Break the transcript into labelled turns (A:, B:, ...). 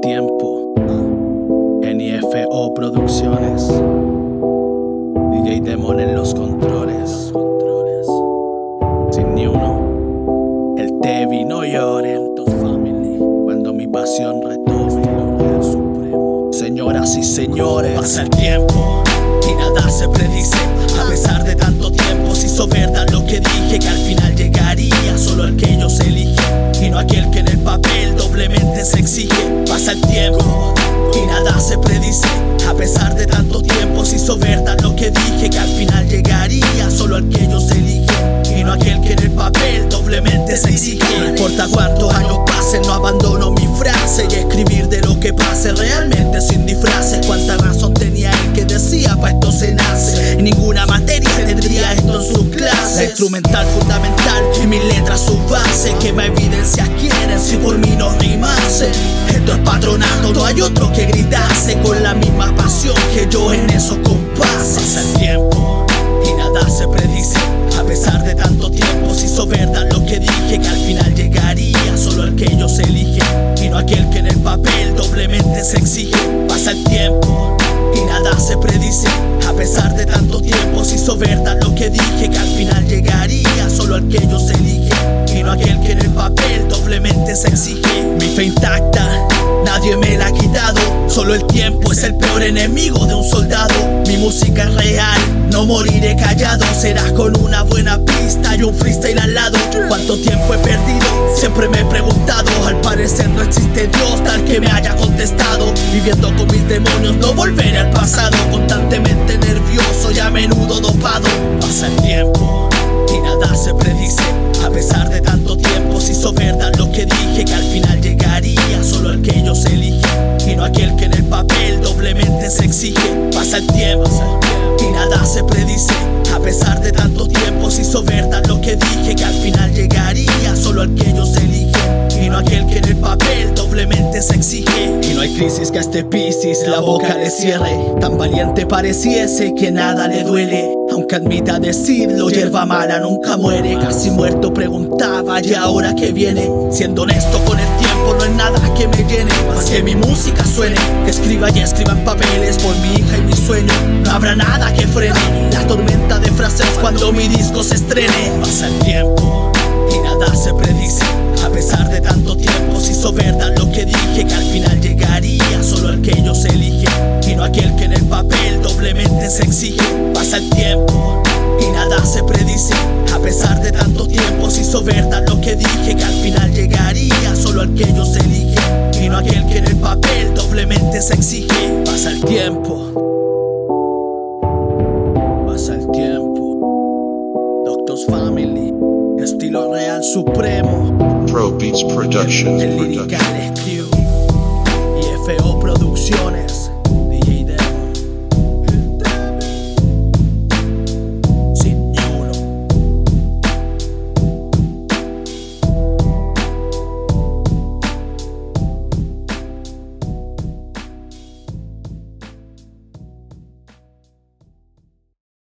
A: tiempo. NFO Producciones. DJ Demon en los controles. Sin ni uno. El Tevi no lloren. Cuando mi pasión retome el supremo. Señoras y señores, pasa el tiempo y nada se predice. A pesar de tanto tiempo se hizo verdad lo que dije, que al final llegaría solo el que ellos eligen y no aquel que en el papel doblemente se exige. Pasa el tiempo y nada se predice. A pesar de tanto tiempo se hizo verdad lo que dije, que al final llegaría solo el que ellos eligen y no aquel que en el papel doblemente se exige. No importa cuántos años pasen, no abandono mi frase y escribir de lo que pase realmente sin disfraces. Cuánta razón tenía el que decía pa' esto se nace, y ninguna materia tendría esto en sus clases. La instrumental fundamental y mis letras su base, que más evidencias quieren si por mí no rimase. Esto es patronato, no hay otro que gritase con la misma pasión que yo en esos compases. Pasa el tiempo y nada se predice. A pesar de tanto tiempo se hizo verdad lo que dije, que al final llegaría solo el que ellos eligen y no aquel que en el papel doblemente se exige. Pasa el tiempo y nada se predice. A pesar de tanto tiempo se hizo verdad lo que dije, que al final llegaría solo el que ellos eligen y no aquel que en el papel doblemente se exige. Mi fe intacta, nadie me la ha quitado. Solo el tiempo es el peor enemigo de un soldado. Mi música es real, no moriré callado. Serás con una buena pista y un freestyle al lado. ¿Cuánto tiempo he perdido? Siempre me he preguntado. Al parecer no existe Dios tal que me haya contestado. Viviendo con mis demonios, no volveré al pasado. Constantemente nervioso y a menudo dopado. Pasa el tiempo y nada se predice. A pesar de tanto tiempo se hizo verdad lo que dije, que al final llegaría solo el que ellos eligen y no aquel que en el papel doblemente se exige. Pasa el tiempo y nada se predice. A pesar de tanto tiempo se hizo verdad lo que dije, que al final llegaría solo el que ellos eligen y no aquel que en el papel doblemente se exige. Y no hay crisis que a este Piscis la boca le cierre. Tan valiente pareciese que nada le duele, aunque admita decirlo, hierba mala nunca muere. Casi muerto preguntaba, ¿y ahora qué viene? Siendo honesto con el tiempo no hay nada que me llene, más que mi música suene. Que escriba y escriba en papeles por mi hija y mi sueño. No habrá nada que frene la tormenta de frases cuando mi disco se estrene. Pasa el tiempo y nada se predice. A pesar de tanto tiempo se hizo verdad lo que dije, que al final llegaría solo el que ellos eligen y no aquel que en el papel doblemente se exige. Pasa el tiempo y nada se predice. A pesar de tanto tiempo se hizo verdad lo que dije, que al final llegaría solo el que ellos eligen y no aquel que en el papel doblemente se exige. Pasa el tiempo. Pasa el tiempo. Doctor's Family, estilo real supremo.
B: Pro Beats Productions.
A: El Lyrical Excuse.